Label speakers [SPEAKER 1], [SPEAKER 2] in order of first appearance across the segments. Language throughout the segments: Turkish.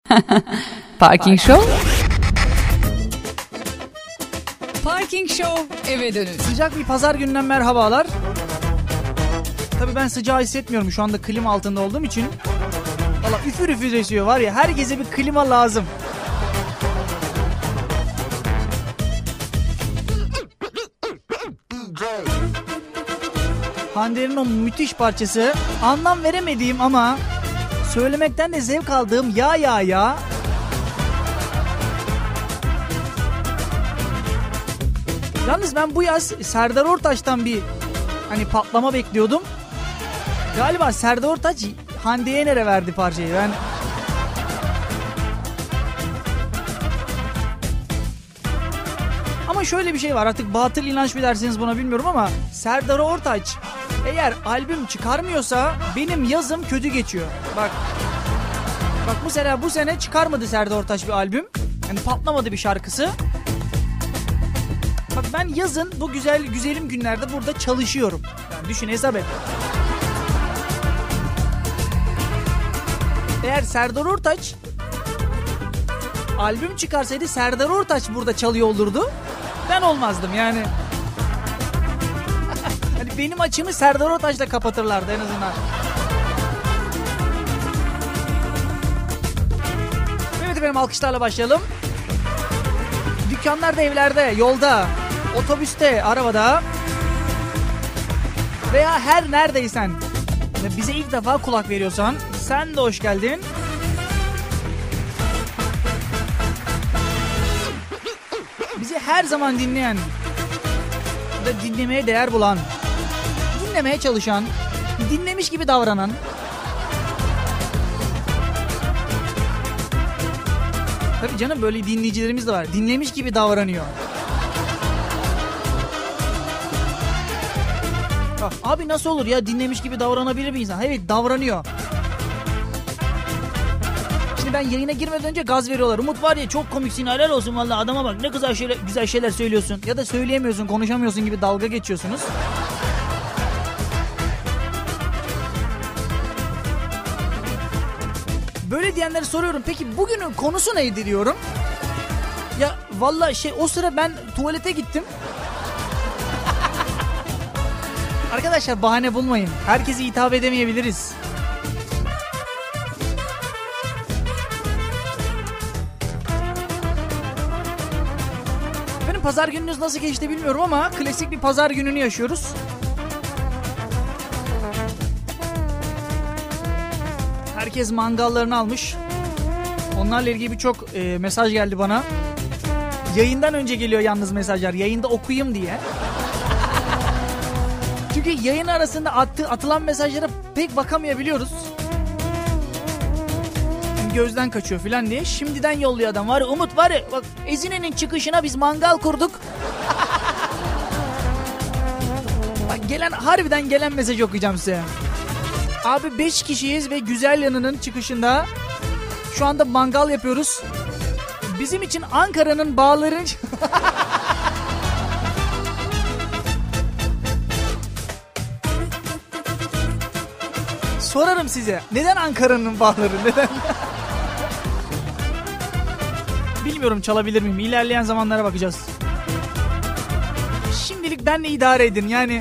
[SPEAKER 1] Parking Show. Parking Show eve dönün.
[SPEAKER 2] Sıcak bir pazar gününden merhabalar. Tabii ben sıcağı hissetmiyorum şu anda klima altında olduğum için. Valla üfür üfür esiyor var ya, herkese bir klima lazım. Hande'nin o müthiş parçası, anlam veremediğim ama söylemekten de zevk aldığım ya ya ya. Yalnız ben bu yaz Serdar Ortaç'tan bir hani patlama bekliyordum. Galiba Serdar Ortaç Hande Yener'e verdi parçayı. Ama şöyle bir şey var, artık batıl inanç mı dersiniz buna bilmiyorum ama Serdar Ortaç eğer albüm çıkarmıyorsa benim yazım kötü geçiyor. Bak mesela bu sene çıkarmadı Serdar Ortaç bir albüm. Yani patlamadı bir şarkısı. Bak ben yazın bu güzelim günlerde burada çalışıyorum. Yani düşün, hesap et. Eğer Serdar Ortaç albüm çıkarsaydı Serdar Ortaç burada çalıyor olurdu. Ben olmazdım yani. Hani benim açımı Serdar Ortaç'la kapatırlardı en azından. Evet efendim, alkışlarla başlayalım. Dükkanlarda, evlerde, yolda, otobüste, arabada veya her neredeysen bize ilk defa kulak veriyorsan sen de hoş geldin. Bizi her zaman dinleyen ve dinlemeye değer bulan, dinlemeye çalışan, dinlemiş gibi davranan, tabii canım böyle dinleyicilerimiz de var, dinlemiş gibi davranıyor. Abi nasıl olur ya, dinlemiş gibi davranabilir bir insan? Evet, davranıyor. Şimdi ben yayına girmeden önce gaz veriyorlar. Umut var ya, çok komiksin, helal olsun vallahi, adama bak ne güzel şeyler söylüyorsun. Ya da söyleyemiyorsun, konuşamıyorsun gibi dalga geçiyorsunuz. Böyle diyenlere soruyorum, peki bugünün konusu neydi diyorum. Ya vallahi o sıra ben tuvalete gittim. Arkadaşlar bahane bulmayın. Herkese hitap edemeyebiliriz. Benim pazar gününüz nasıl geçti bilmiyorum ama klasik bir pazar gününü yaşıyoruz. Herkes mangallarını almış. Onlarla ilgili birçok mesaj geldi bana. Yayından önce geliyor yalnız mesajlar. Yayında okuyayım diye. Çünkü yayın arasında atılan mesajlara pek bakamayabiliyoruz. Gözden kaçıyor falan diye. Şimdiden yolluyor adam. Var ya Umut, var ya bak, Ezine'nin çıkışına biz mangal kurduk. Bak harbiden gelen mesaj okuyacağım size. Abi 5 kişiyiz ve Güzel Yanı'nın çıkışında şu anda mangal yapıyoruz. Bizim için Ankara'nın bağları... Sorarım size. Neden Ankara'nın bağları? Neden? Bilmiyorum, çalabilir miyim? İlerleyen zamanlara bakacağız. Şimdilik benle idare edin yani.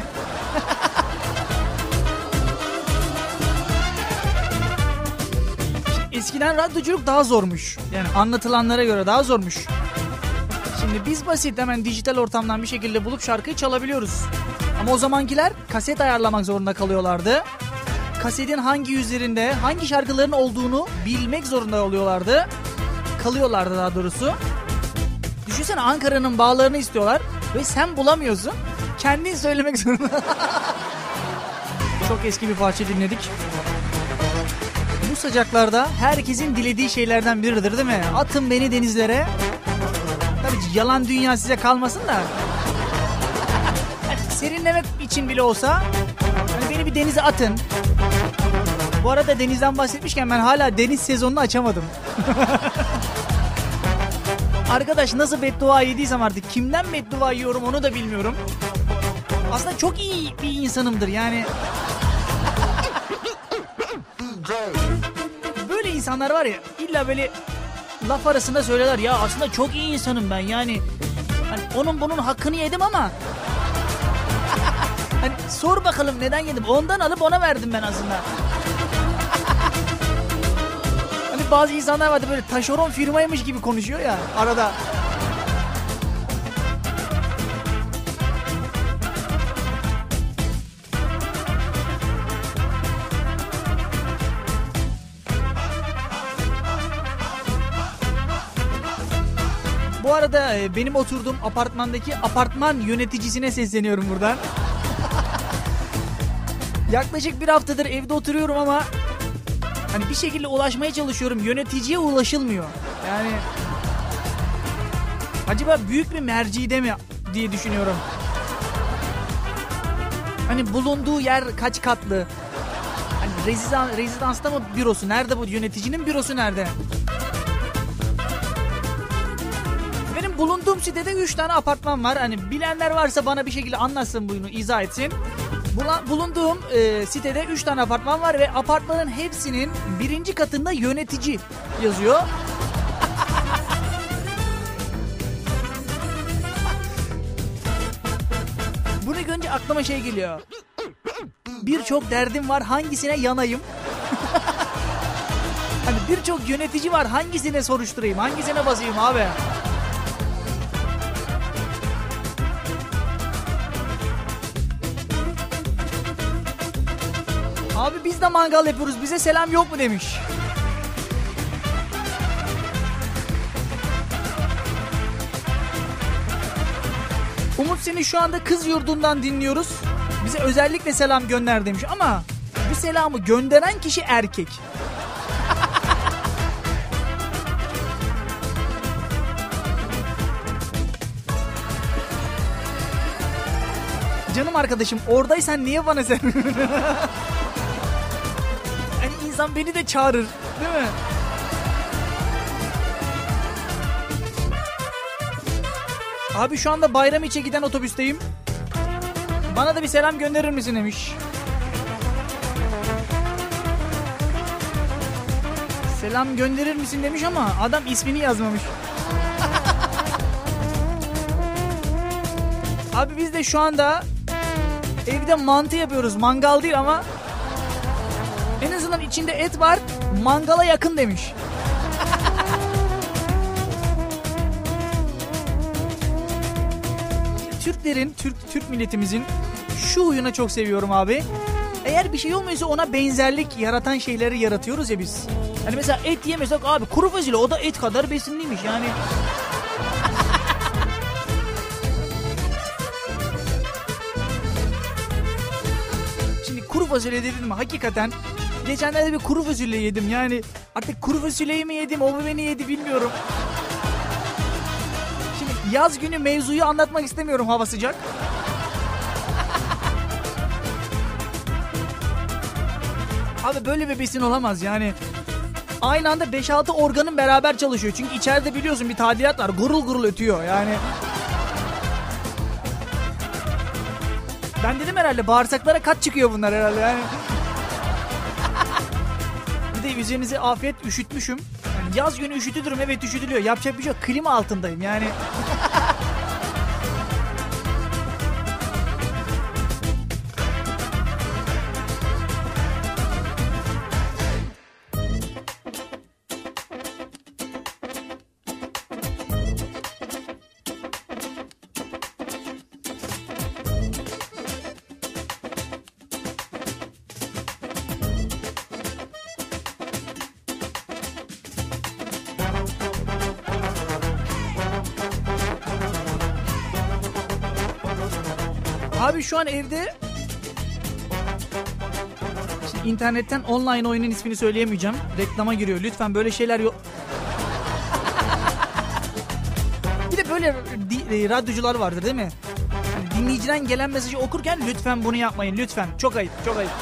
[SPEAKER 2] Eskiden radyoculuk daha zormuş. Yani anlatılanlara göre daha zormuş. Şimdi biz basit hemen dijital ortamdan bir şekilde bulup şarkıyı çalabiliyoruz. Ama o zamankiler kaset ayarlamak zorunda kalıyorlardı. Kasetin hangi yüzlerinde hangi şarkıların olduğunu bilmek zorunda kalıyorlardı daha doğrusu. Düşünsene, Ankara'nın bağlarını istiyorlar ve sen bulamıyorsun. Kendin söylemek zorunda. Çok eski bir parça dinledik. Bu sıcaklarda herkesin dilediği şeylerden biridir değil mi? Atın beni denizlere. Tabii yalan dünya size kalmasın da. Serinlemek için bile olsa hani beni bir denize atın. Bu arada denizden bahsetmişken ben hala deniz sezonunu açamadım. Arkadaş nasıl beddua yediysem artık, kimden beddua yiyorum onu da bilmiyorum. Aslında çok iyi bir insanımdır yani. Böyle insanlar var ya, illa böyle laf arasında söylerler ya aslında çok iyi insanım ben yani. Hani onun bunun hakkını yedim ama hani sor bakalım neden yedim? Ondan alıp ona verdim ben aslında. Hani bazı insanlar vardı böyle taşeron firmaymış gibi konuşuyor ya arada. Bu arada benim oturduğum apartmandaki apartman yöneticisine sesleniyorum buradan. Yaklaşık bir haftadır evde oturuyorum ama hani bir şekilde ulaşmaya çalışıyorum. Yöneticiye ulaşılmıyor. Yani acaba büyük bir mercide mi diye düşünüyorum. Hani bulunduğu yer kaç katlı? Hani rezidansta mı bürosu? Nerede bu yöneticinin bürosu nerede? Bulunduğum sitede 3 tane apartman var. Hani bilenler varsa bana bir şekilde anlatsın bunu, izah etsin. Bulunduğum sitede 3 tane apartman var ve apartmanın hepsinin birinci katında yönetici yazıyor. Bunu görünce aklıma şey geliyor. Birçok derdim var, hangisine yanayım? Hani birçok yönetici var, hangisine soruşturayım, hangisine basayım abi? Abi biz de mangal yapıyoruz. Bize selam yok mu demiş. Umut seni şu anda kız yurdundan dinliyoruz. Bize özellikle selam gönder demiş ama bu selamı gönderen kişi erkek. Canım arkadaşım oradaysan niye bana sen... Hani insan beni de çağırır değil mi? Abi şu anda Bayramiç'e giden otobüsteyim. Bana da bir selam gönderir misin demiş. Selam gönderir misin demiş ama adam ismini yazmamış. Abi biz de şu anda evde mantı yapıyoruz. Mangal değil ama en azından içinde et var. Mangala yakın demiş. Türk milletimizin şu huyuna çok seviyorum abi. Eğer bir şey olmuyorsa ona benzerlik yaratan şeyleri yaratıyoruz ya biz. Hani mesela et yemesek abi kuru fasulye o da et kadar besinliymiş yani. Şimdi kuru fasulye dedim mi hakikaten geçenlerde bir kuru fasulye yedim yani artık kuru fasulyeyi mi yedim o mu beni yedi bilmiyorum. Şimdi yaz günü mevzuyu anlatmak istemiyorum hava sıcak. Abi böyle bir besin olamaz yani. Aynı anda 5-6 organın beraber çalışıyor. Çünkü içeride biliyorsun bir tadilat var. Gurul gurul ötüyor yani. Ben dedim herhalde bağırsaklara kat çıkıyor bunlar herhalde yani. Bir de üzerinize afiyet üşütmüşüm. Yani yaz günü üşütülürüm evet üşütülüyor. Yapacak bir şey yok. Klima altındayım yani. Abi şu an evde şimdi internetten online oyunun ismini söyleyemeyeceğim. Reklama giriyor. Lütfen böyle şeyler yok. Bir de böyle radyocular vardır değil mi? Yani dinleyiciden gelen mesajı okurken lütfen bunu yapmayın. Lütfen. Çok ayıp. Çok ayıp.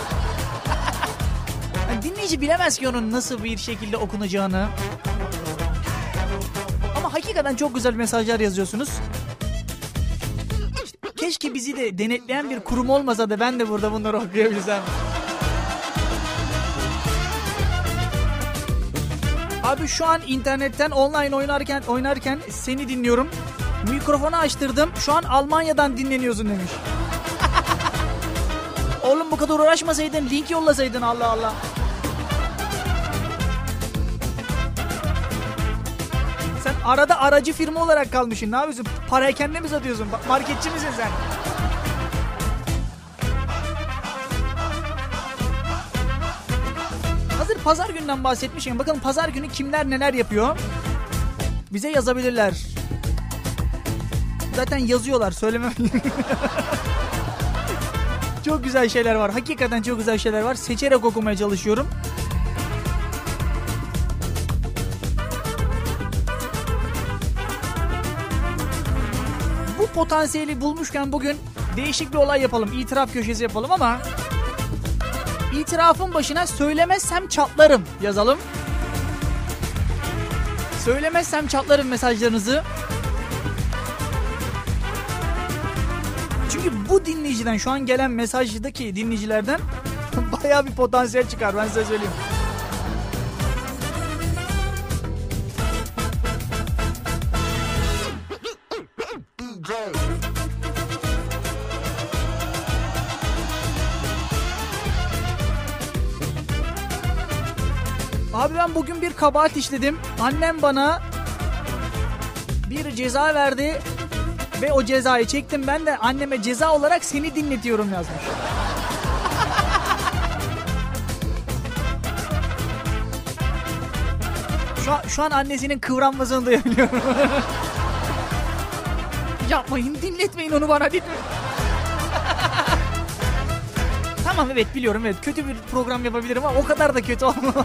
[SPEAKER 2] Yani dinleyici bilemez ki onun nasıl bir şekilde okunacağını. Ama hakikaten çok güzel mesajlar yazıyorsunuz. Keşke bizi de denetleyen bir kurum olmasa da ben de burada bunları okuyabilsem. Abi şu an internetten online oynarken seni dinliyorum. Mikrofonu açtırdım. Şu an Almanya'dan dinleniyorsun demiş. Oğlum bu kadar uğraşmasaydın, link yollasaydın, Allah Allah. Sen arada aracı firma olarak kalmışsın. Ne yapıyorsun? Parayı kendine mi satıyorsun? Marketçi misin sen? Hazır pazar günden bahsetmişken bakalım pazar günü kimler neler yapıyor? Bize yazabilirler. Zaten yazıyorlar, söylemem. Çok güzel şeyler var. Hakikaten çok güzel şeyler var. Seçerek okumaya çalışıyorum. Bu potansiyeli bulmuşken bugün değişik bir olay yapalım. İtiraf köşesi yapalım ama itirafın başına söylemezsem çatlarım yazalım. Söylemezsem çatlarım mesajlarınızı. Çünkü bu dinleyiciden, şu an gelen mesajdaki dinleyicilerden bayağı bir potansiyel çıkar, ben size söyleyeyim. Abi ben bugün bir kabahat işledim. Annem bana bir ceza verdi ve o cezayı çektim. Ben de anneme ceza olarak seni dinletiyorum yazmış. Şu an annesinin kıvranmasını duyabiliyorum. Yapmayın, dinletmeyin onu bana, dinletmeyin. Tamam, evet biliyorum, evet kötü bir program yapabilirim ama o kadar da kötü olma.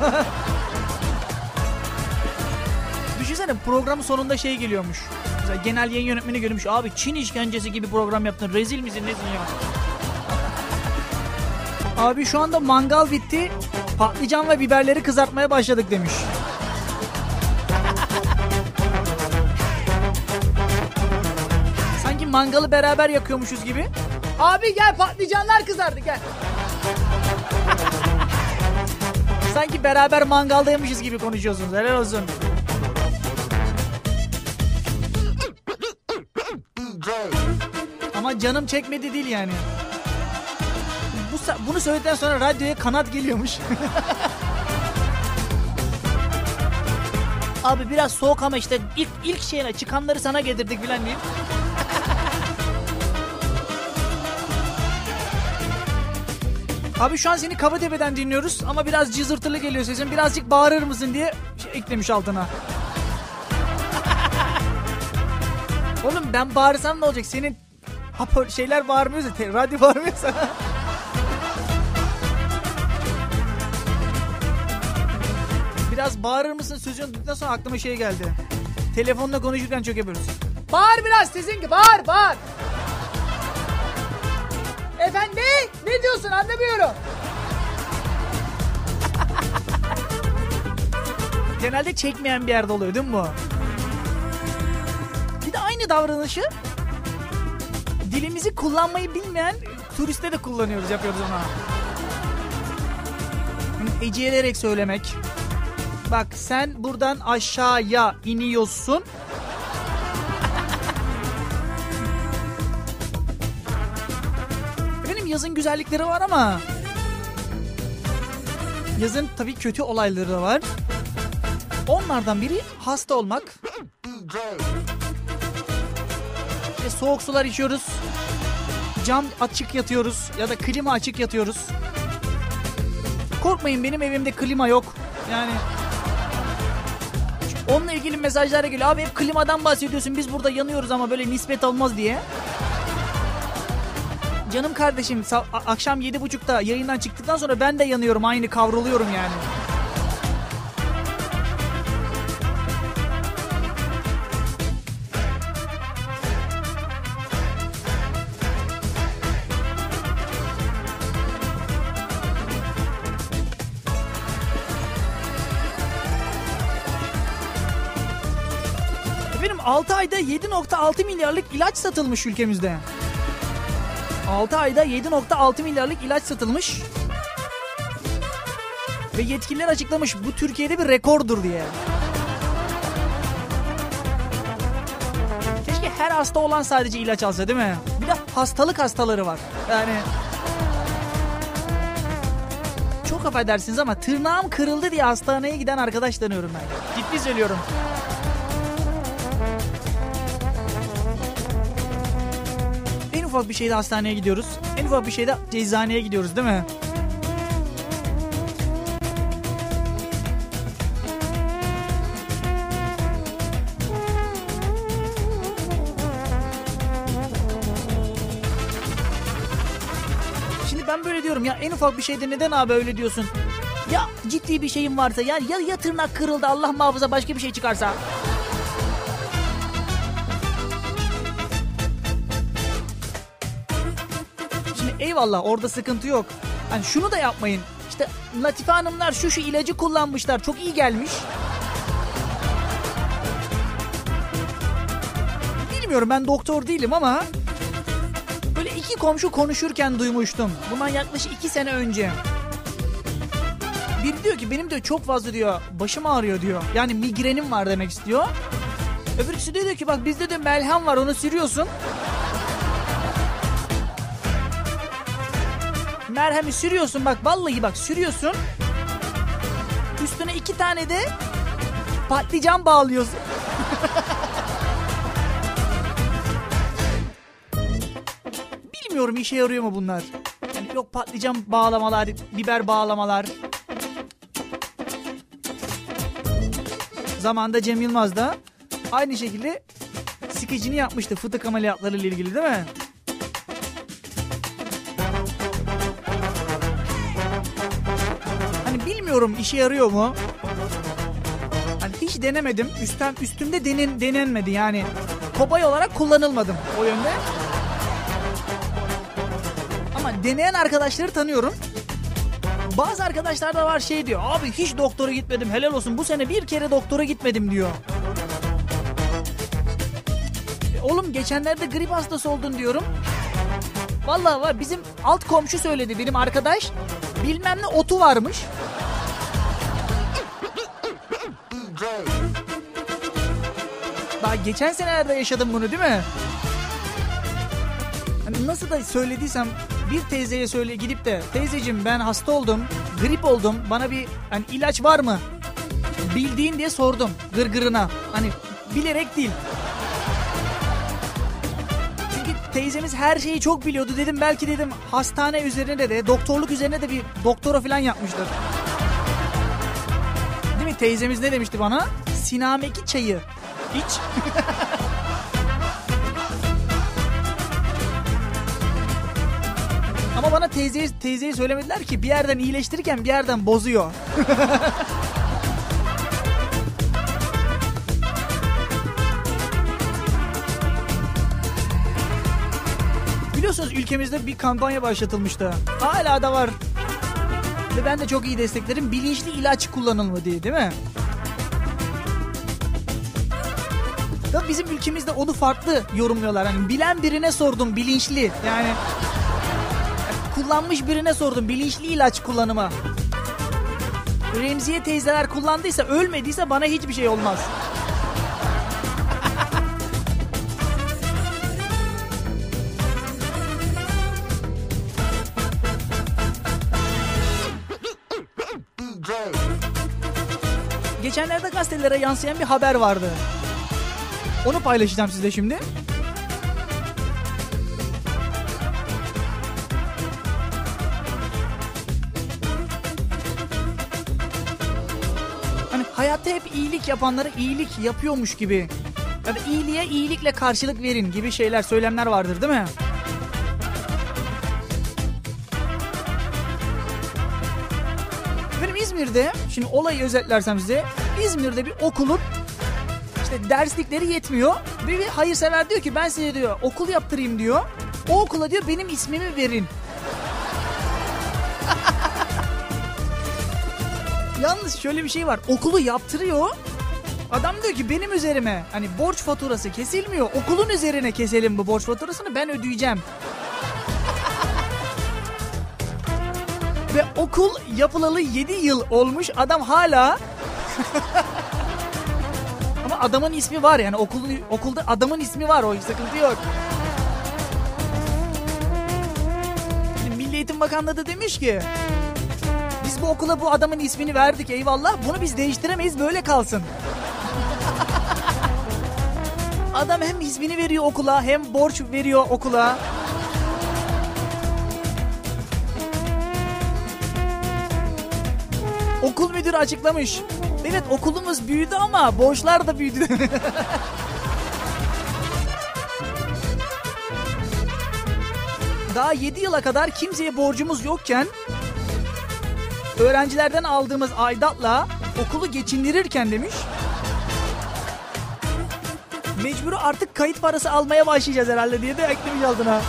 [SPEAKER 2] Düşünsene programın sonunda şey geliyormuş. Mesela genel yayın yönetmeni görmüş. Abi Çin işkencesi gibi program yaptın. Rezil misin nesin ya? Abi şu anda mangal bitti. Patlıcan ve biberleri kızartmaya başladık demiş. Sanki mangalı beraber yakıyormuşuz gibi. Abi gel, patlıcanlar kızardı, gel. Sanki beraber mangaldaymışız gibi konuşuyorsunuz. Helal olsun. Ama canım çekmedi değil yani. Bunu söyledikten sonra radyoya kanat geliyormuş. Abi biraz soğuk ama işte ilk şeyine çıkanları sana getirdik filan diyeyim. Abi şu an seni Kabatepe'den dinliyoruz ama biraz cızırtılı geliyor sesin. Birazcık bağırır mısın diye eklemiş altına. Oğlum ben bağırsam ne olacak? Senin şeyler bağırmıyorsa, radyo bağırmıyorsa. Biraz bağırır mısın sözünü duyduktan sonra aklıma şey geldi. Telefonla konuşurken çok yapıyoruz. Bağır biraz, sesin ki bağır. Efendim? Ne diyorsun, anlamıyorum. Genelde çekmeyen bir yerde oluyor değil mi bu? Bir de aynı davranışı dilimizi kullanmayı bilmeyen turiste de kullanıyoruz, yapıyoruz ona. Ecelenerek söylemek. Bak sen buradan aşağıya iniyorsun. Benim yazın güzellikleri var ama yazın tabii kötü olayları da var. Onlardan biri hasta olmak. İşte soğuk sular içiyoruz. Cam açık yatıyoruz ya da klima açık yatıyoruz. Korkmayın, benim evimde klima yok. Yani onunla ilgili mesajlar geliyor. Abi hep klimadan bahsediyorsun, biz burada yanıyoruz ama böyle nispet olmaz diye. Canım kardeşim, akşam 7.30'da yayından çıktıktan sonra ben de yanıyorum, aynı kavruluyorum yani. Benim 6 ayda 7.6 milyarlık ilaç satılmış ülkemizde. 6 ayda 7.6 milyarlık ilaç satılmış. Ve yetkililer açıklamış bu Türkiye'de bir rekordur diye. hasta olan sadece ilaç alsa değil mi? Bir de hastalık hastaları var. Yani çok affedersiniz ama tırnağım kırıldı diye hastaneye giden arkadaş tanıyorum ben. Ciddi söylüyorum. En ufak bir şeyde hastaneye gidiyoruz. En ufak bir şeyde eczaneye gidiyoruz değil mi? Ben böyle diyorum ya, en ufak bir şeyde neden abi öyle diyorsun? Ya ciddi bir şeyin varsa ya tırnak kırıldı, Allah muhafaza başka bir şey çıkarsa. Şimdi eyvallah, orada sıkıntı yok. Hani şunu da yapmayın. İşte Latife Hanımlar şu ilacı kullanmışlar, çok iyi gelmiş. Bilmiyorum, ben doktor değilim ama böyle iki komşu konuşurken duymuştum. Bundan yaklaşık 2 sene önce. Biri diyor ki benim de çok fazla diyor başım ağrıyor diyor. Yani migrenim var demek istiyor. Öbürküsü diyor ki bak bizde de melhem var, onu sürüyorsun. Merhemi sürüyorsun, bak vallahi bak sürüyorsun. Üstüne 2 tane de patlıcan bağlıyorsun. Bilmiyorum işe yarıyor mu bunlar? Yani yok patlıcan bağlamalar, biber bağlamalar. Zamanında Cem Yılmaz da aynı şekilde skecini yapmıştı fıtık ameliyatları ile ilgili değil mi? Hani bilmiyorum işe yarıyor mu? Hani hiç denemedim. Üstümde denenmedi yani. Kobay olarak kullanılmadım o yönde. Ama deneyen arkadaşları tanıyorum. Bazı arkadaşlar da var şey diyor. Abi hiç doktora gitmedim, helal olsun. Bu sene bir kere doktora gitmedim diyor. Oğlum geçenlerde grip hastası oldun diyorum. Vallahi var, bizim alt komşu söyledi, benim arkadaş. Bilmem ne otu varmış. Daha geçen senelerde yaşadım bunu değil mi? Hani nasıl da söylediysem bir teyzeye gidip de teyzeciğim ben hasta oldum, grip oldum, bana bir hani ilaç var mı? Bildiğin diye sordum gırgırına. Hani bilerek değil. Çünkü teyzemiz her şeyi çok biliyordu, dedim belki dedim hastane üzerine de doktorluk üzerine de bir doktora falan yapmıştır. Değil mi? Teyzemiz ne demişti bana? Sinameki çayı iç. Ama bana teyzeyi söylemediler ki bir yerden iyileştirirken bir yerden bozuyor. Biliyorsunuz ülkemizde bir kampanya başlatılmıştı. Hala da var. Ve ben de çok iyi desteklerim. Bilinçli ilaç kullanılma diye, değil mi? Tabii bizim ülkemizde onu farklı yorumluyorlar. Hani bilen birine sordum bilinçli. Yani kullanmış birine sordum bilinçli ilaç kullanımı. Remziye teyzeler kullandıysa, ölmediyse bana hiçbir şey olmaz. Geçenlerde gazetelere yansıyan bir haber vardı. Onu paylaşacağım sizle şimdi. Hani hayatta hep iyilik yapanlara iyilik yapıyormuş gibi. Ya da iyiliğe iyilikle karşılık verin gibi şeyler, söylemler vardır değil mi? Benim İzmir'de, şimdi olayı özetlersem size, İzmir'de bir okulun işte derslikleri yetmiyor. Bir hayırsever diyor ki ben size diyor okul yaptırayım diyor. O okula diyor benim ismimi verin. Yalnız şöyle bir şey var. Okulu yaptırıyor. Adam diyor ki benim üzerime hani borç faturası kesilmiyor. Okulun üzerine keselim bu borç faturasını, ben ödeyeceğim. Ve okul yapılalı 7 yıl olmuş. Adam hala okulda adamın ismi var yani okulda adamın ismi var, o sıkıntı yok. Şimdi Milli Eğitim Bakanlığı da demiş ki biz bu okula bu adamın ismini verdik, eyvallah, bunu biz değiştiremeyiz, böyle kalsın. Adam hem ismini veriyor okula hem borç veriyor okula. Okul müdürü açıklamış. Evet, okulumuz büyüdü ama borçlar da büyüdü. Daha 7 yıla kadar kimseye borcumuz yokken öğrencilerden aldığımız aidatla okulu geçindirirken demiş, mecbur artık kayıt parası almaya başlayacağız herhalde diye de eklemiş altına.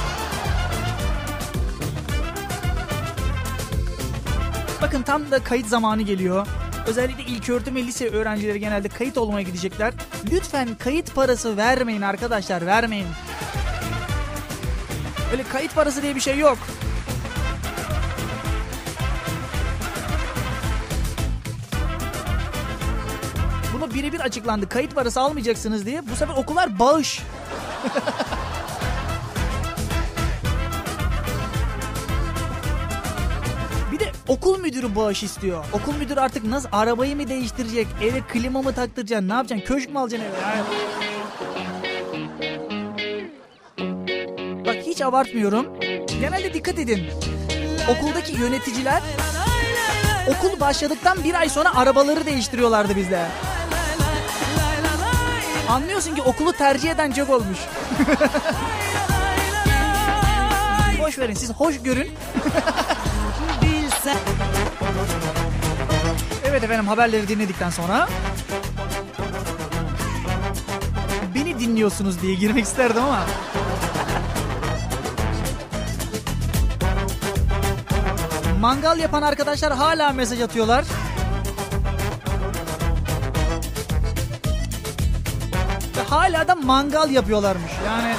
[SPEAKER 2] Bakın tam da kayıt zamanı geliyor. Özellikle ilköğretim ve lise öğrencileri genelde kayıt olmaya gidecekler. Lütfen kayıt parası vermeyin arkadaşlar, vermeyin. Öyle kayıt parası diye bir şey yok. Bunu birebir açıklandı. Kayıt parası almayacaksınız diye. Bu sefer okullar bağış. Bir de okul müdürü bağış istiyor. Okul müdürü artık nasıl, arabayı mı değiştirecek, eve klima mı taktıracaksın, ne yapacaksın, köşk mü alacaksın eve? Yani... Bak hiç abartmıyorum. Genelde dikkat edin. Okuldaki yöneticiler okul başladıktan bir ay sonra arabaları değiştiriyorlardı bizde. Anlıyorsun ki okulu tercih eden çok olmuş. Boş verin, siz hoş görün. Evet efendim, haberleri dinledikten sonra beni dinliyorsunuz diye girmek isterdim ama mangal yapan arkadaşlar hala mesaj atıyorlar. Ve hala da mangal yapıyorlarmış. Yani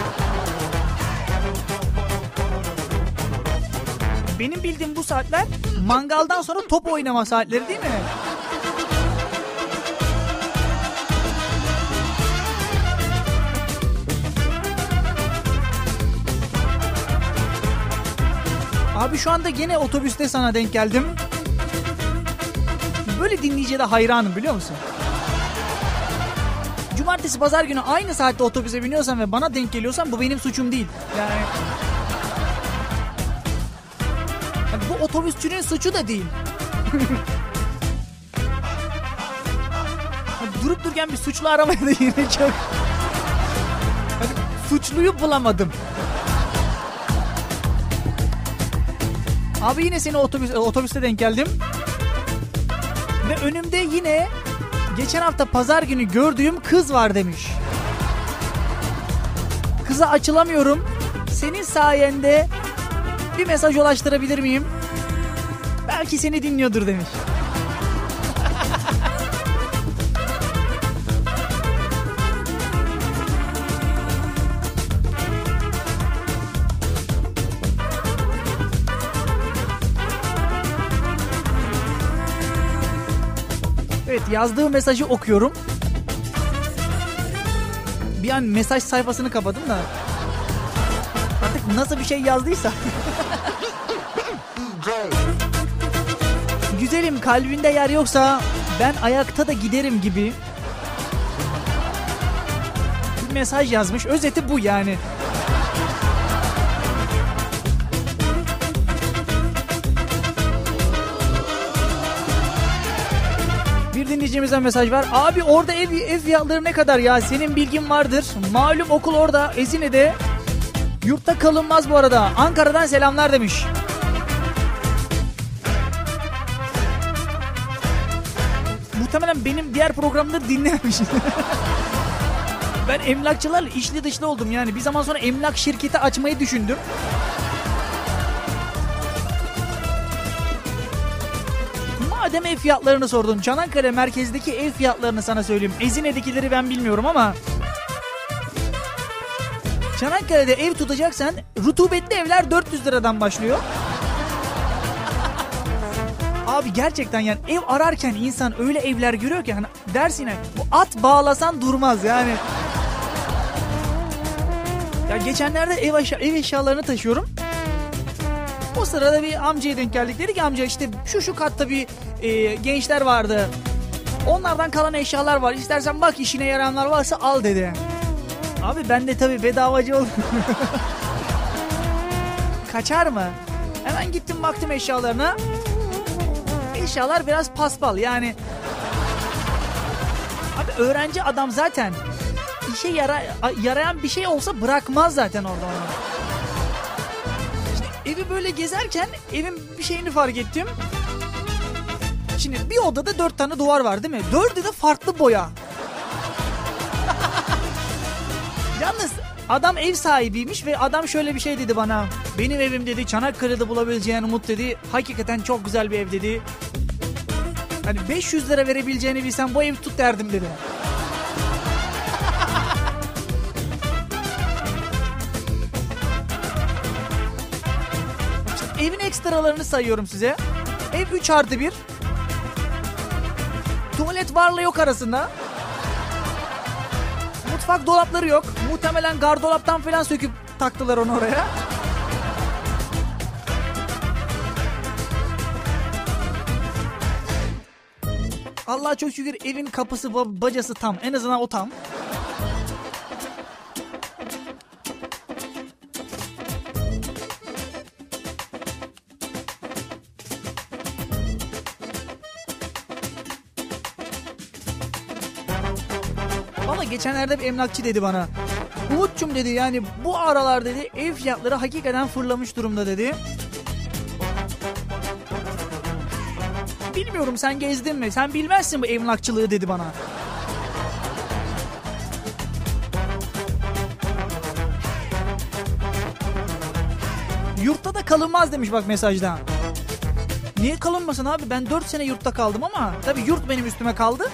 [SPEAKER 2] benim bildiğim bu saatler mangaldan sonra top oynama saatleri değil mi? Abi şu anda gene otobüste sana denk geldim. Böyle dinleyiciye de hayranım, biliyor musun? Cumartesi pazar günü aynı saatte otobüse biniyorsan ve bana denk geliyorsan bu benim suçum değil. Yani bu otobüsçünün suçu da değil. Durup dururken bir suçlu aramaya da yine çok... Suçluyu bulamadım. Abi yine seni otobüste denk geldim. Ve önümde yine geçen hafta pazar günü gördüğüm kız var demiş. Kıza açılamıyorum. Senin sayende bir mesaj ulaştırabilir miyim? Belki seni dinliyordur demiş. Evet, yazdığı mesajı okuyorum. Bir an mesaj sayfasını kapadım da. Artık nasıl bir şey yazdıysa. Güzelim, kalbinde yer yoksa ben ayakta da giderim gibi bir mesaj yazmış. Özeti bu yani. Bir dinleyicimizden mesaj var. Abi orada ev fiyatları ne kadar ya? Senin bilgin vardır. Malum okul orada, Ezine'de. Yurtta kalınmaz bu arada. Ankara'dan selamlar demiş. Muhtemelen benim diğer programları dinlememiş. Ben emlakçılarla içli dışlı oldum yani. Bir zaman sonra emlak şirketi açmayı düşündüm. Madem ev fiyatlarını sordun, Çanakkale merkezdeki ev fiyatlarını sana söyleyeyim. Ezine'dekileri ben bilmiyorum ama Çanakkale'de ev tutacaksan rutubetli evler 400 liradan başlıyor. Abi gerçekten yani ev ararken insan öyle evler görüyor ki hani dersin bu at bağlasan durmaz yani. Ya geçenlerde ev eşyalarını taşıyorum. O sırada bir amcaya denk geldik. Dedi ki amca işte şu katta bir gençler vardı. Onlardan kalan eşyalar var. İstersen bak işine yarayanlar varsa al dedi. Abi ben de tabii bedavacı oldum. Kaçar mı? Hemen gittim baktım eşyalarına. Eşyalar biraz paspal yani. Abi öğrenci adam zaten işe yarayan bir şey olsa bırakmaz zaten orada onu. İşte evi böyle gezerken evin bir şeyini fark ettim. Şimdi bir odada 4 tane duvar var değil mi? 4'ü de farklı boya. Yalnız adam ev sahibiymiş ve adam şöyle bir şey dedi bana. Benim evim dedi Çanakkale'de bulabileceğin Umut dedi. Hakikaten çok güzel bir ev dedi. Hani 500 lira verebileceğini bilsem bu evi tut derdim dedi. Şimdi evin ekstralarını sayıyorum size. Ev 3+1. Tuvalet varla yok arasında. Mutfak dolapları yok. Muhtemelen gardolaptan falan söküp taktılar onu oraya. Allah'a çok şükür evin kapısı bacası tam. En azından o tam. Ama geçenlerde bir emlakçı dedi bana. Umut'cum dedi yani bu aralar dedi ev fiyatları hakikaten fırlamış durumda dedi. Bilmiyorum sen gezdin mi? Sen bilmezsin bu emlakçılığı dedi bana. Yurtta da kalınmaz demiş bak mesajda. Niye kalınmasın abi? Ben 4 sene yurtta kaldım ama tabii yurt benim üstüme kaldı.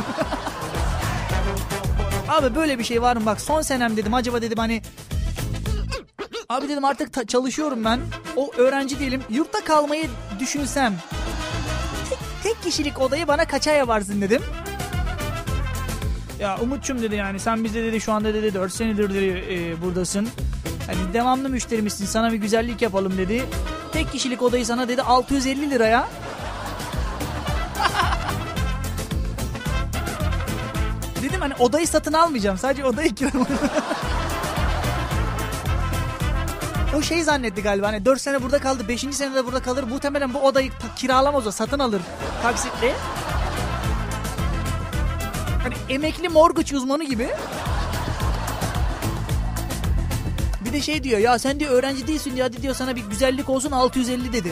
[SPEAKER 2] Abi böyle bir şey var mı? Bak son senem dedim. Acaba dedim hani... Abi dedim artık çalışıyorum ben. O öğrenci değilim. Yurtta kalmayı düşünsem... Tek kişilik odayı bana kaça yaparsın dedim. Ya Umut'cum dedi yani sen bizde dedi şu anda dedi 4 senedir dedi, buradasın. Hani devamlı müşterimizsin sana bir güzellik yapalım dedi. Tek kişilik odayı sana dedi 650 liraya. Dedim hani odayı satın almayacağım sadece odayı kiralamayacağım. O şey zannetti galiba hani 4 sene burada kaldı 5. senede burada kalır muhtemelen bu odayı kiralamaz o satın alır taksitle. Hani emekli mortgage uzmanı gibi. Bir de şey diyor ya sen diyor öğrenci değilsin diyor hadi diyor sana bir güzellik olsun 650 dedi.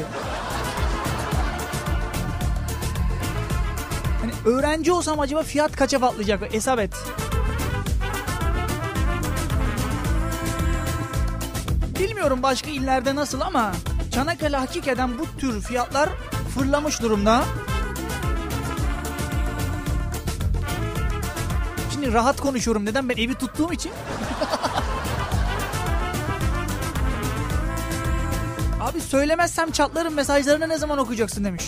[SPEAKER 2] Hani öğrenci olsam acaba fiyat kaça patlayacak hesap et. Bilmiyorum başka illerde nasıl ama Çanakkale hakikaten bu tür fiyatlar fırlamış durumda. Şimdi rahat konuşuyorum neden ben evi tuttuğum için. Abi söylemezsem çatlarım mesajlarını ne zaman okuyacaksın demiş.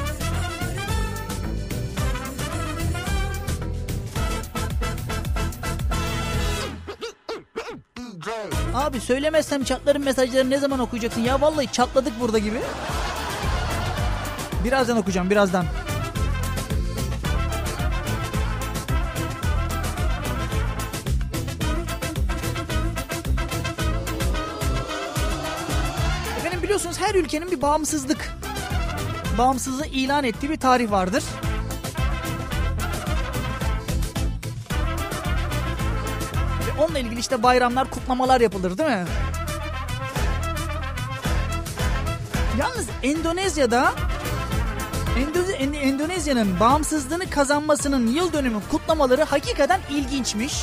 [SPEAKER 2] Abi söylemezsem çatlarım mesajlarını ne zaman okuyacaksın? Ya vallahi çatladık burada gibi. Birazdan okuyacağım birazdan. Efendim biliyorsunuz her ülkenin bir bağımsızlığı ilan ettiği bir tarih vardır. Onunla ilgili işte bayramlar, kutlamalar yapılır değil mi? Yalnız Endonezya'nın bağımsızlığını kazanmasının yıl dönümü kutlamaları hakikaten ilginçmiş.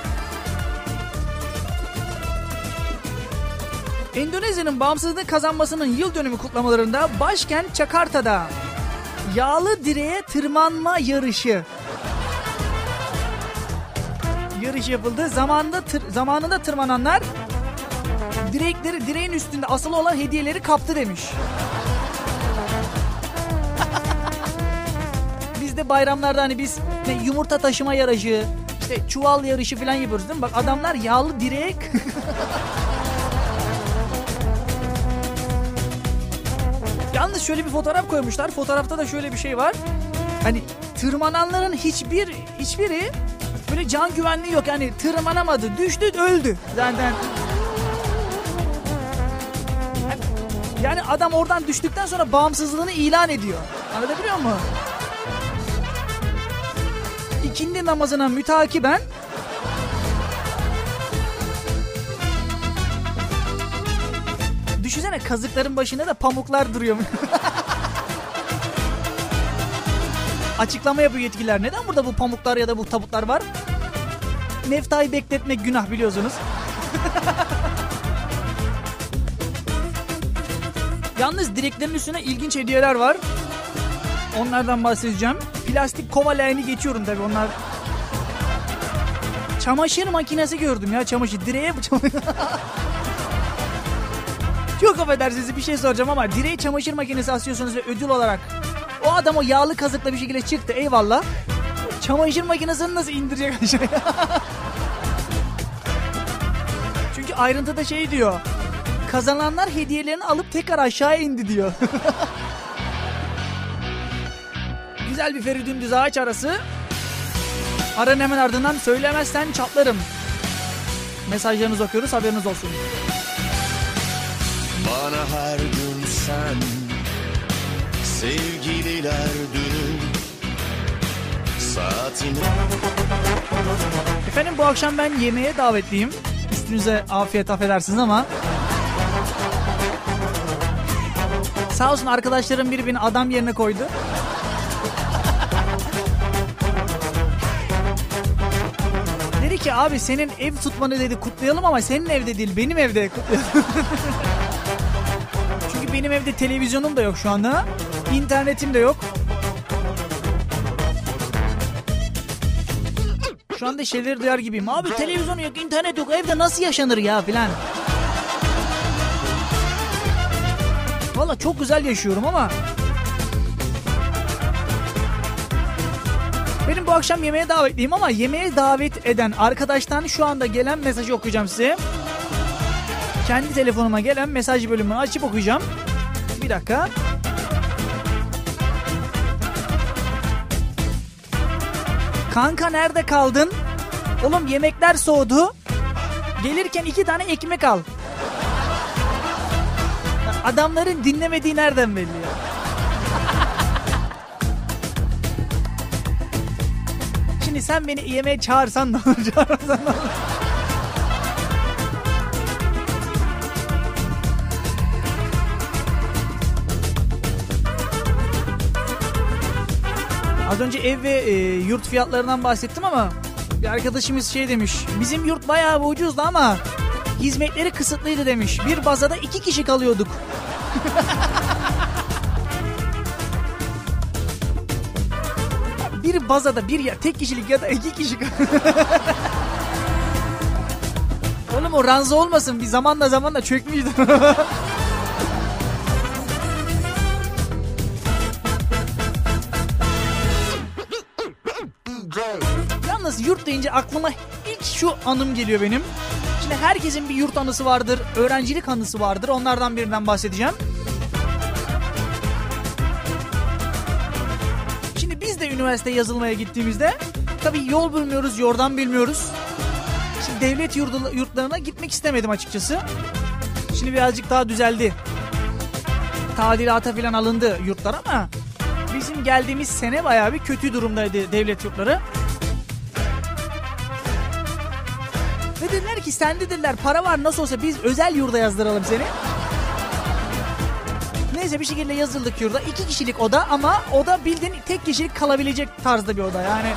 [SPEAKER 2] Endonezya'nın bağımsızlığını kazanmasının yıl dönümü kutlamalarında başkent Jakarta'da yağlı direğe tırmanma yarışı yapıldı. Zamanında tırmananlar direğin üstünde asılı olan hediyeleri kaptı demiş. Bizde bayramlarda hani biz yumurta taşıma yarışı, işte çuval yarışı falan yapıyoruz değil mi? Bak adamlar yağlı direğe... Yalnız şöyle bir fotoğraf koymuşlar. Fotoğrafta da şöyle bir şey var. Hani tırmananların hiçbiri böyle can güvenliği yok. Yani tırmanamadı, düştü, öldü. Zaten... Yani adam oradan düştükten sonra bağımsızlığını ilan ediyor. Anlatabiliyor muyum? İkindi namazına mütakiben düşünsene, kazıkların başında da pamuklar duruyor. Açıklama yapıyor yetkililer. Neden burada bu pamuklar ya da bu tabutlar var? Neftayı bekletmek günah, biliyorsunuz. Yalnız direklerin üstüne ilginç hediyeler var. Onlardan bahsedeceğim. Plastik kova leğeni geçiyorum tabii, onlar. Çamaşır makinesi gördüm ya, çamaşır. Direğe Çok affedersiniz, bir şey soracağım ama direğe çamaşır makinesi asıyorsunuz ve ödül olarak o adam o yağlı kazıkla bir şekilde çıktı, eyvallah. Çamaşır makinesini nasıl indirecek aşağıya? Çünkü ayrıntıda şey diyor. Kazananlar hediyelerini alıp tekrar aşağıya indi diyor. Güzel bir Feridündüz ağaç arası. Aranın hemen ardından söylemezsen çatlarım. Mesajlarınızı okuyoruz, haberiniz olsun.
[SPEAKER 3] Bana her gün sen, sevgililer dün, saatini...
[SPEAKER 2] Efendim bu akşam ben yemeğe davetliyim. Üstünüze afiyet, affedersiniz ama... Sağ olsun arkadaşlarım biri beni adam yerine koydu. Dedi ki abi senin ev tutmanı dedi kutlayalım ama senin evde değil, benim evde kutlayalım. Çünkü benim evde televizyonum da yok şu anda. İnternetim de yok. Şu anda şeyleri duyar gibiyim. Abi televizyon yok, internet yok, evde nasıl yaşanır ya filan. Valla çok güzel yaşıyorum ama benim bu akşam yemeğe davetliyim ama yemeğe davet eden arkadaştan şu anda gelen mesajı okuyacağım size. Kendi telefonuma gelen mesaj bölümünü açıp okuyacağım. Bir dakika. Kanka nerede kaldın? Oğlum yemekler soğudu. Gelirken 2 tane ekmek al. Adamların dinlemediği nereden belli ya? Şimdi sen beni yemeğe çağırsan ne olur, çağırmasan ne olur? Az önce ev ve yurt fiyatlarından bahsettim ama bir arkadaşımız şey demiş. Bizim yurt bayağı ucuzdu ama hizmetleri kısıtlıydı demiş. Bir bazada 2 kişi kalıyorduk. Bir bazada tek kişilik ya da 2 kişi. Oğlum o ranza olmasın, bir zamanla çökmüştü. Yalnız yurt deyince aklıma ilk şu anım geliyor benim. Şimdi herkesin bir yurt anısı vardır, öğrencilik anısı vardır. Onlardan birinden bahsedeceğim. Şimdi biz de üniversite yazılmaya gittiğimizde tabii yol bilmiyoruz, yordan bilmiyoruz. Şimdi devlet yurtlarına gitmek istemedim açıkçası. Şimdi birazcık daha düzeldi. Tadilata falan alındı yurtlar ama bizim geldiğimiz sene bayağı bir kötü durumdaydı devlet yurtları. Ve dediler ki sen dediler para var, nasıl olsa biz özel yurda yazdıralım seni. Neyse bir şekilde yazıldık yurda. 2 kişilik oda ama oda bildiğin tek kişilik kalabilecek tarzda bir oda yani.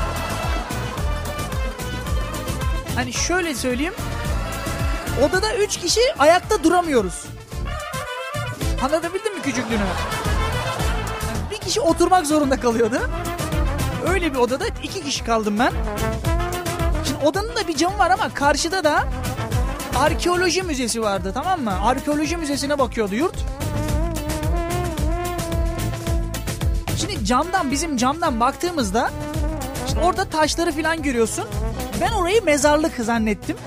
[SPEAKER 2] Hani şöyle söyleyeyim. Odada 3 kişi ayakta duramıyoruz. Anlatabildim mi küçüklüğünü? Yani bir kişi oturmak zorunda kalıyordu. Öyle bir odada 2 kişi kaldım ben. Şimdi odanın da bir camı var ama karşıda da arkeoloji müzesi vardı, tamam mı? Arkeoloji müzesine bakıyordu yurt. Şimdi bizim camdan baktığımızda işte orada taşları falan görüyorsun. Ben orayı mezarlık zannettim.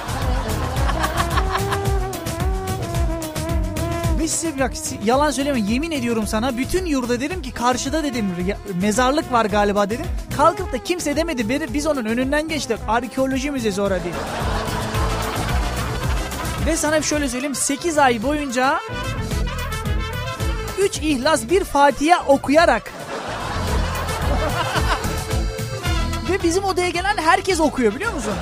[SPEAKER 2] Ve size bak, yalan söyleme, yemin ediyorum sana, bütün yurda dedim ki karşıda dedim mezarlık var galiba dedim. Kalkıp da kimse demedi, biz onun önünden geçtik, arkeoloji müzesi orada değil. Ve sana şöyle söyleyeyim, 8 ay boyunca 3 İhlas, 1 Fatiha okuyarak ve bizim odaya gelen herkes okuyor, biliyor musun?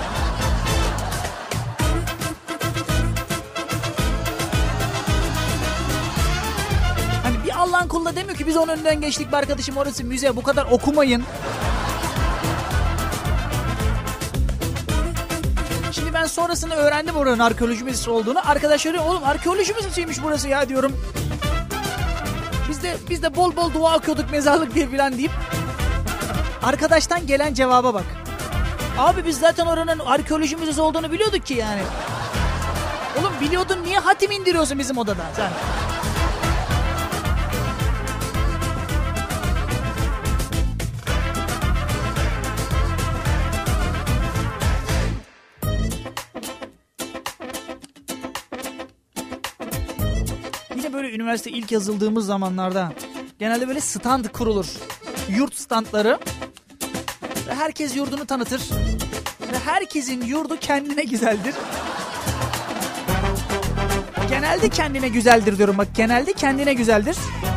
[SPEAKER 2] Hani bir Allah'ın kulu da demiyor ki biz onun önünden geçtik be arkadaşım, orası müze, bu kadar okumayın. Şimdi ben sonrasında öğrendim oranın arkeoloji müzesi olduğunu. Arkadaşlar diyor, oğlum arkeoloji müzesiymiş burası ya diyorum. Biz de bol bol dua okuyorduk mezarlık diye filan deyip. Arkadaştan gelen cevaba bak. Abi biz zaten oranın arkeoloji müzesi olduğunu biliyorduk ki yani. Oğlum biliyordun, niye hatim indiriyorsun bizim odadan sen? Yine böyle üniversite ilk yazıldığımız zamanlarda genelde böyle stand kurulur. Yurt standları. Ve herkes yurdunu tanıtır. Ve herkesin yurdu kendine güzeldir. Genelde kendine güzeldir diyorum bak. Genelde kendine güzeldir.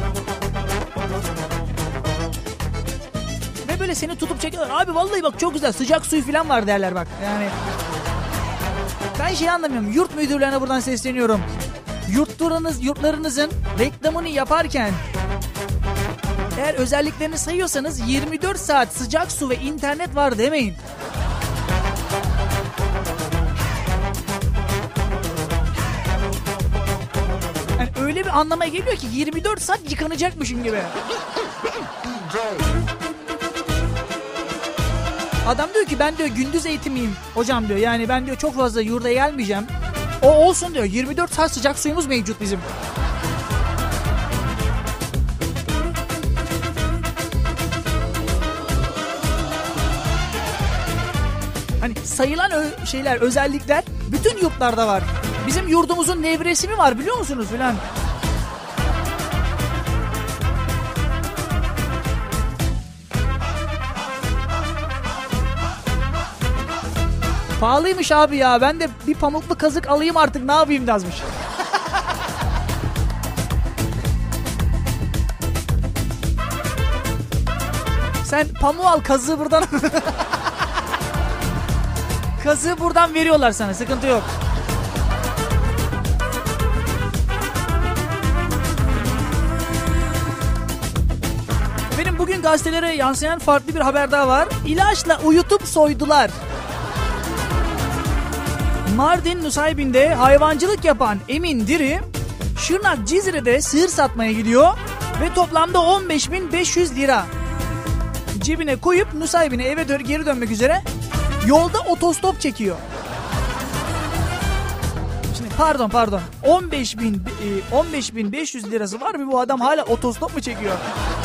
[SPEAKER 2] Ve böyle seni tutup çekiyorlar. Abi vallahi bak çok güzel, sıcak suyu falan var derler bak. Yani ben anlamıyorum. Yurt müdürlerine buradan sesleniyorum. Yurtlarınızın reklamını yaparken eğer özelliklerini sayıyorsanız 24 saat sıcak su ve internet var demeyin. Yani öyle bir anlamaya geliyor ki 24 saat yıkanacakmışım gibi. Adam diyor ki ben diyor gündüz eğitimiyim hocam diyor. Yani ben diyor çok fazla yurda gelmeyeceğim. O olsun diyor. 24 saat sıcak suyumuz mevcut bizim. Hani sayılan şeyler, özellikler bütün yurtlarda var. Bizim yurdumuzun nevresimi var biliyor musunuz filan? Pahalıymış abi ya. Ben de bir pamuklu kazık alayım artık, ne yapayım yazmış. Sen pamuğu al, kazığı buradan. Kazığı buradan veriyorlar sana, sıkıntı yok. Benim bugün gazetelere yansıyan farklı bir haber daha var. İlaçla uyutup soydular. Mardin Nusaybin'de hayvancılık yapan Emin Diri, Şırnak Cizre'de sığır satmaya gidiyor ve toplamda 15.500 lira cebine koyup Nusaybin'e eve geri dönmek üzere yolda otostop çekiyor. Şimdi pardon 15.500 lirası var mı bu adam, hala otostop mu çekiyor?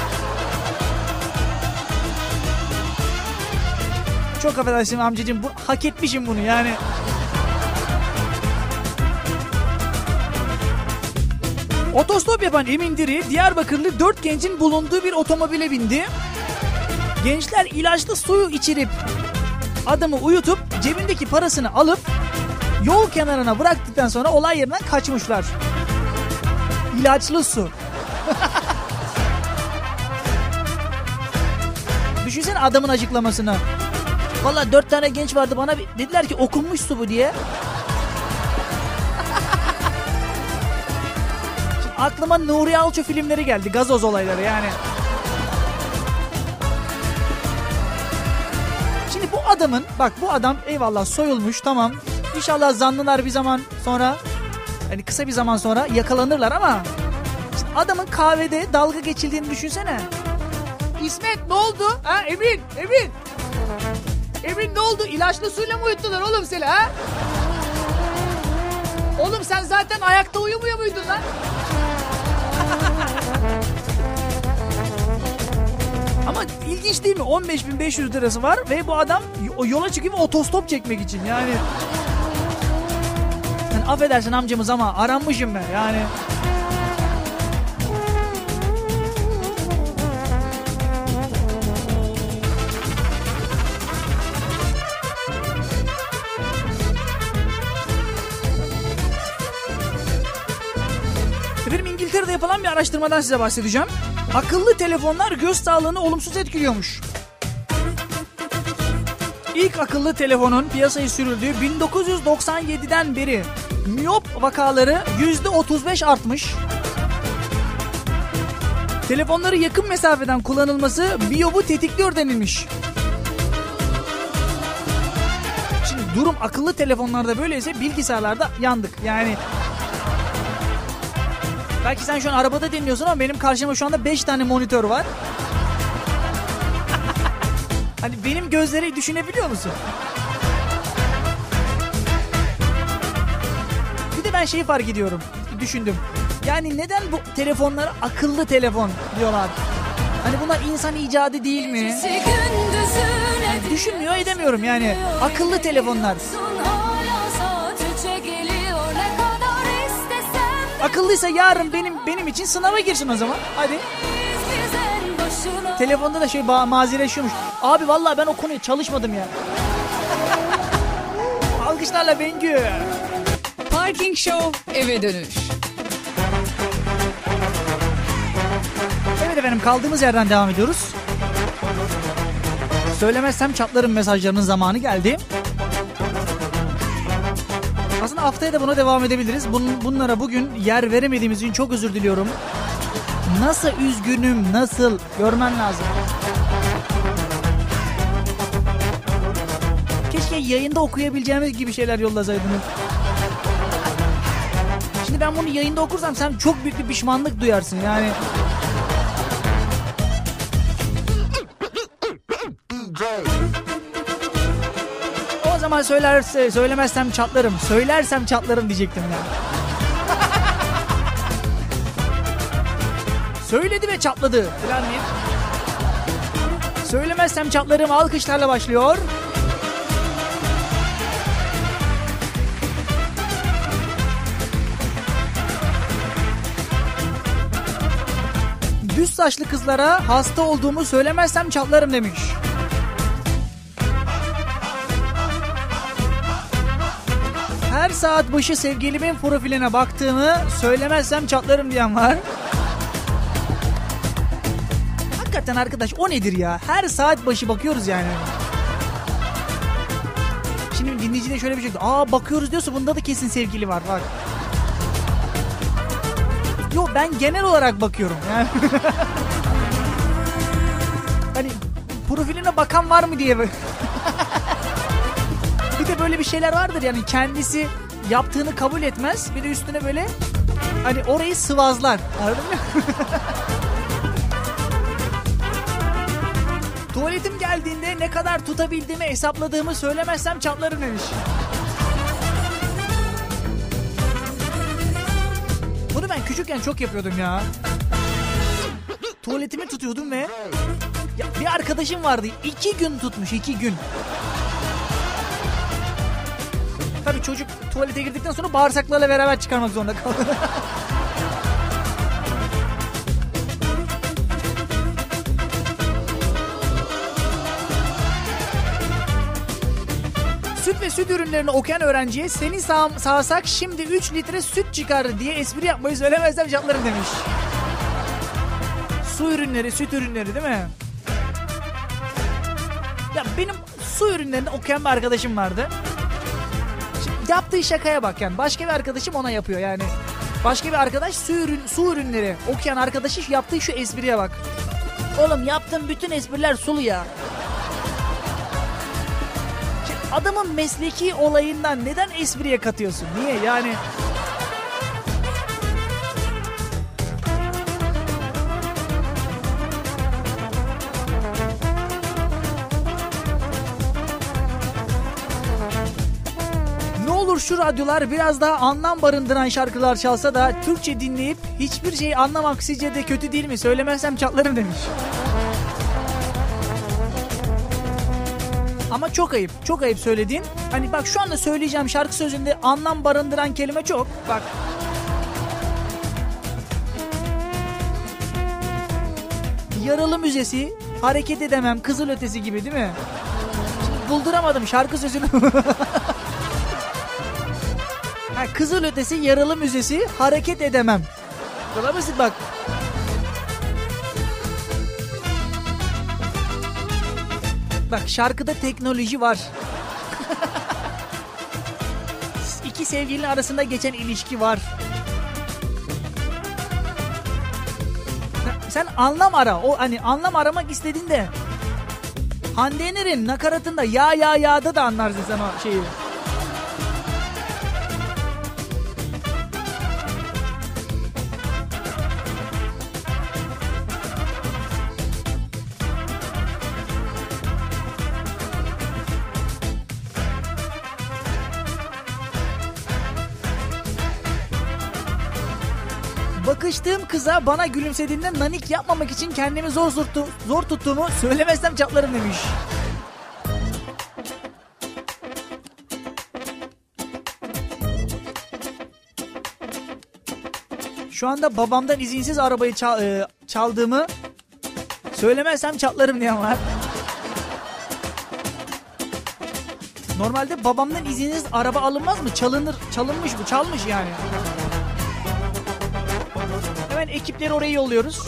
[SPEAKER 2] Çok affedersin amcacığım, hak etmişim bunu yani. Otostop yapan Emin Diri, Diyarbakırlı 4 gencin bulunduğu bir otomobile bindi. Gençler ilaçlı suyu içirip adamı uyutup cebindeki parasını alıp yol kenarına bıraktıktan sonra olay yerinden kaçmışlar. İlaçlı su. Düşünsene adamın açıklamasını. Vallahi 4 tane genç vardı, bana dediler ki okunmuş su bu diye. Aklıma Nuri Alço filmleri geldi. Gazoz olayları yani. Şimdi bu adam eyvallah soyulmuş, tamam. İnşallah zanlılar bir zaman sonra, yani kısa bir zaman sonra yakalanırlar ama adamın kahvede dalga geçildiğini düşünsene. İsmet ne oldu? Ha Emin. Emin ne oldu? İlaçlı suyla mı uyuttular oğlum seni ha? Oğlum sen zaten ayakta uyumuyor muydun lan? Ama ilginç değil mi? 15.500 lirası var ve bu adam yola çıkıyor otostop çekmek için yani. Yani affedersin amcamız ama aranmışım ben yani. Efendim İngiltere'de yapılan bir araştırmadan size bahsedeceğim. Akıllı telefonlar göz sağlığını olumsuz etkiliyormuş. İlk akıllı telefonun piyasaya sürüldüğü 1997'den beri miyop vakaları %35 artmış. Telefonları yakın mesafeden kullanılması miyopu tetikliyor denilmiş. Şimdi durum akıllı telefonlarda böyleyse bilgisayarlarda yandık. Yani belki sen şu an arabada dinliyorsun ama benim karşıma şu anda 5 tane monitör var. Hani benim gözleri düşünebiliyor musun? Bir de ben şeyi fark ediyorum. Düşündüm. Yani neden bu telefonlara akıllı telefon diyorlar? Hani bunlar insan icadı değil mi? Düşünmüyor edemiyorum yani. Akıllı telefonlar. Akıllıysa yarın benim için sınava girsin o zaman. Hadi. Telefonda da mazileşiyormuş. Abi vallahi ben o konuya çalışmadım ya. Alkışlarla Bengü.
[SPEAKER 1] Parking Show eve dönüş.
[SPEAKER 2] Evet efendim kaldığımız yerden devam ediyoruz. Söylemezsem çatlarım mesajlarının zamanı geldi. Aslında haftaya da buna devam edebiliriz. Bunlara bugün yer veremediğimiz için çok özür diliyorum. Nasıl üzgünüm, nasıl görmen lazım. Keşke yayında okuyabileceğimiz gibi şeyler yollasaydınız. Şimdi ben bunu yayında okursam sen çok büyük bir pişmanlık duyarsın yani. O zaman söylemezsem çatlarım, söylersem çatlarım diyecektim ya. Söyledi ve çatladı falan diye. Söylemezsem çatlarım alkışlarla başlıyor. Düz saçlı kızlara hasta olduğumu söylemezsem çatlarım demiş. Her saat başı sevgilimin profiline baktığımı söylemezsem çatlarım diyen var. Hakikaten arkadaş o nedir ya? Her saat başı bakıyoruz yani. Şimdi dinleyici de şöyle bir şey diyor. Bakıyoruz diyorsa bunda da kesin sevgili var bak. Yok ben genel olarak bakıyorum. Yani. Hani profiline bakan var mı diye. Bir de böyle bir şeyler vardır yani kendisi yaptığını kabul etmez. Bir de üstüne böyle hani orayı sıvazlar. Anladın mı? Tuvaletim geldiğinde ne kadar tutabildiğimi hesapladığımı söylemezsem çatlarım demiş. Bunu ben küçükken çok yapıyordum ya. Tuvaletimi tutuyordum ve ya bir arkadaşım vardı 2 gün tutmuş 2 gün. Tabii çocuk tuvalete girdikten sonra bağırsaklarla beraber çıkarmak zorunda kaldı. Süt ve süt ürünlerini okuyan öğrenciye seni sağsak şimdi 3 litre süt çıkar diye espri yapmayı söylemezsem çatlarım demiş. Su ürünleri, süt ürünleri değil mi? Ya benim su ürünlerini okuyan bir arkadaşım vardı. Şimdi yaptığı şakaya bak yani. Başka bir arkadaşım ona yapıyor yani. Başka bir arkadaş su ürünleri okuyan arkadaşı yaptığı şu espriye bak. Oğlum yaptığın bütün espriler sulu ya. Adamın mesleki olayından neden espriye katıyorsun? Niye yani? Ne olur şu radyolar biraz daha anlam barındıran şarkılar çalsa da Türkçe dinleyip hiçbir şey anlamak sizce de kötü değil mi? Söylemezsem çatlarım demiş. Ama çok ayıp. Çok ayıp söylediğin. Hani bak şu anda söyleyeceğim şarkı sözünde anlam barındıran kelime çok. Bak. Yaralı müzesi, hareket edemem, kızılötesi gibi değil mi? Şimdi bulduramadım şarkı sözünü. Kızılötesi, yaralı müzesi, hareket edemem. Kolay basit bak. Bak şarkıda teknoloji var. İki sevgilinin arasında geçen ilişki var. Sen anlam ara. O hani anlam aramak istediğinde Hande Yener'in nakaratında ya ya ya'da da anlarsın sen o şeyi. Bakıştığım kıza bana gülümsediğinde nanik yapmamak için kendimi zor tuttuğumu söylemezsem çatlarım demiş. Şu anda babamdan izinsiz arabayı çaldığımı söylemezsem çatlarım diyen var. Normalde babamdan izinsiz araba alınmaz mı? Çalınmış bu, çalmış yani. Hemen ekipleri oraya yolluyoruz.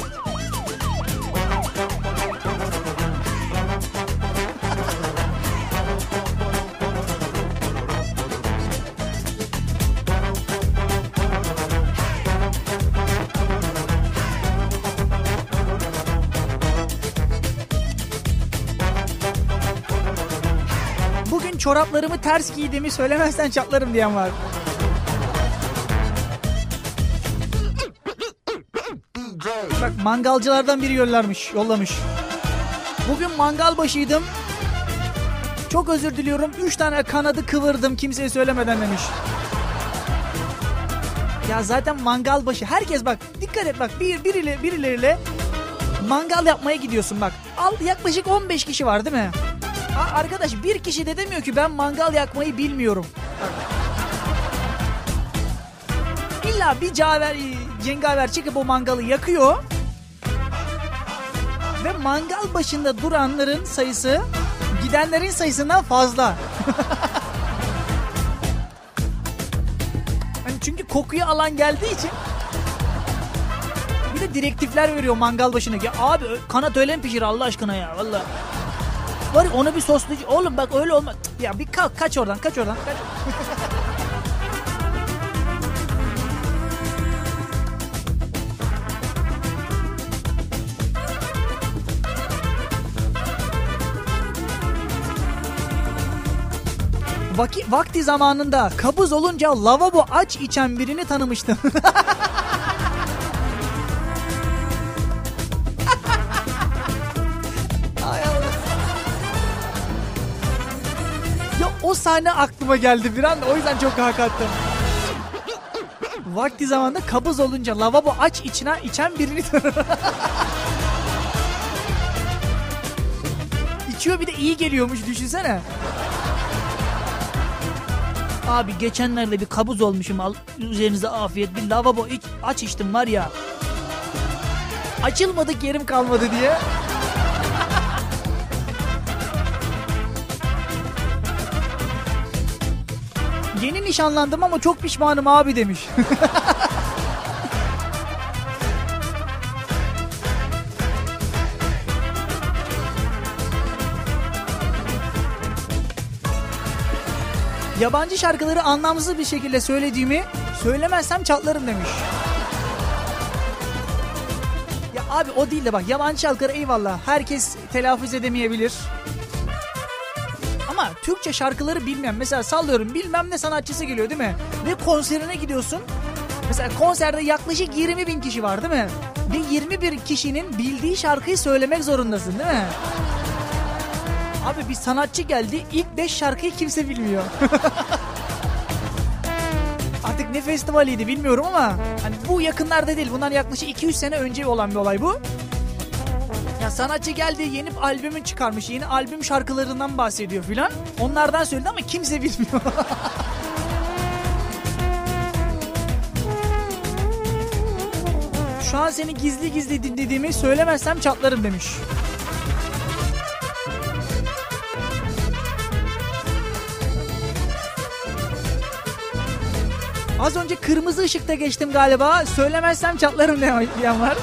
[SPEAKER 2] Bugün çoraplarımı ters giydiğimi söylemezsen çatlarım diyen var. Bak mangalcılardan biri yollamış. Bugün mangal başıydım. Çok özür diliyorum. 3 tane kanadı kıvırdım kimseye söylemeden demiş. Ya zaten mangal başı. Herkes bak dikkat et bak birileriyle mangal yapmaya gidiyorsun bak. Yaklaşık 15 kişi var değil mi? Arkadaş bir kişi de demiyor ki ben mangal yakmayı bilmiyorum. İlla bir cengaver çıkıp o mangalı yakıyor. Ve mangal başında duranların sayısı gidenlerin sayısından fazla. Yani çünkü kokuyu alan geldiği için bir de direktifler veriyor mangal başına. Ya abi kanat öyle mi pişir Allah aşkına ya vallahi. Var onu bir soslayıcı. Oğlum bak öyle olmaz. Ya bir kalk kaç oradan. Vakti zamanında kabız olunca lavabo aç içen birini tanımıştım. Ya o sahne aklıma geldi bir anda o yüzden çok hakattım. Vakti zamanında kabız olunca lavabo aç içen birini tanımıştım. İçiyor bir de iyi geliyormuş düşünsene. Abi geçenlerde bir kabuz olmuşum. Üzerinize afiyet. Bir lavabo aç içtim var ya. Açılmadık yerim kalmadı diye. Yeni nişanlandım ama çok pişmanım abi demiş. Yabancı şarkıları anlamsız bir şekilde söylediğimi söylemezsem çatlarım demiş. Ya abi o değil de bak yabancı şarkıları eyvallah herkes telaffuz edemeyebilir. Ama Türkçe şarkıları bilmem mesela sallıyorum bilmem ne sanatçısı geliyor değil mi? Ve konserine gidiyorsun. Mesela konserde yaklaşık 20.000 kişi var değil mi? Ve 21 kişinin bildiği şarkıyı söylemek zorundasın değil mi? Abi bir sanatçı geldi ilk 5 şarkıyı kimse bilmiyor. Artık ne festivaliydi bilmiyorum ama hani bu yakınlarda değil bundan yaklaşık 200 sene önce olan bir olay bu. Ya sanatçı geldi, yeni albümün çıkarmış, yeni albüm şarkılarından bahsediyor filan. Onlardan söyledi ama kimse bilmiyor. Şu an seni gizli gizli dinlediğimi söylemezsem çatlarım demiş. Az önce kırmızı ışıkta geçtim galiba. Söylemezsem çatlarım diyen var.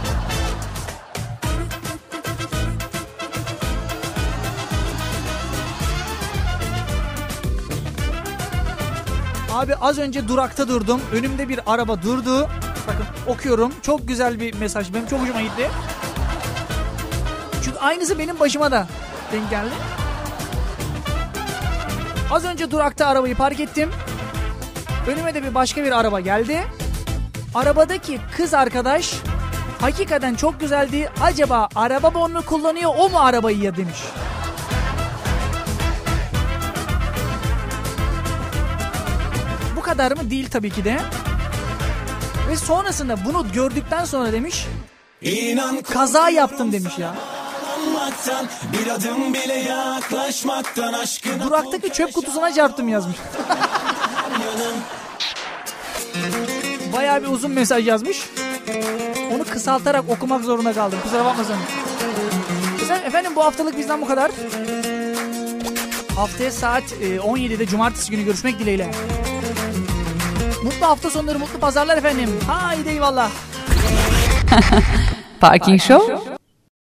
[SPEAKER 2] Abi az önce durakta durdum. Önümde bir araba durdu. Bakın okuyorum. Çok güzel bir mesaj. Benim çok hoşuma gitti. Çünkü aynısı benim başıma da denk geldi. Az önce durakta arabayı park ettim. Önüme de başka bir araba geldi. Arabadaki kız arkadaş hakikaten çok güzeldi. Acaba araba bonunu kullanıyor, o mu arabayı ya demiş. Bu kadar mı? Değil tabii ki de. Ve sonrasında bunu gördükten sonra demiş, kaza yaptım demiş ya. Bir adım bile yaklaşmaktan aşkına. Duraktaki çöp kutusuna çarptım yazmış. Bayağı bir uzun mesaj yazmış. Onu kısaltarak okumak zorunda kaldım. Kusura bakmasın. Efendim bu haftalık bizden bu kadar. Haftaya saat 17'de cumartesi günü görüşmek dileğiyle. Mutlu hafta sonları, mutlu pazarlar efendim. Haydi eyvallah.
[SPEAKER 1] Parking Show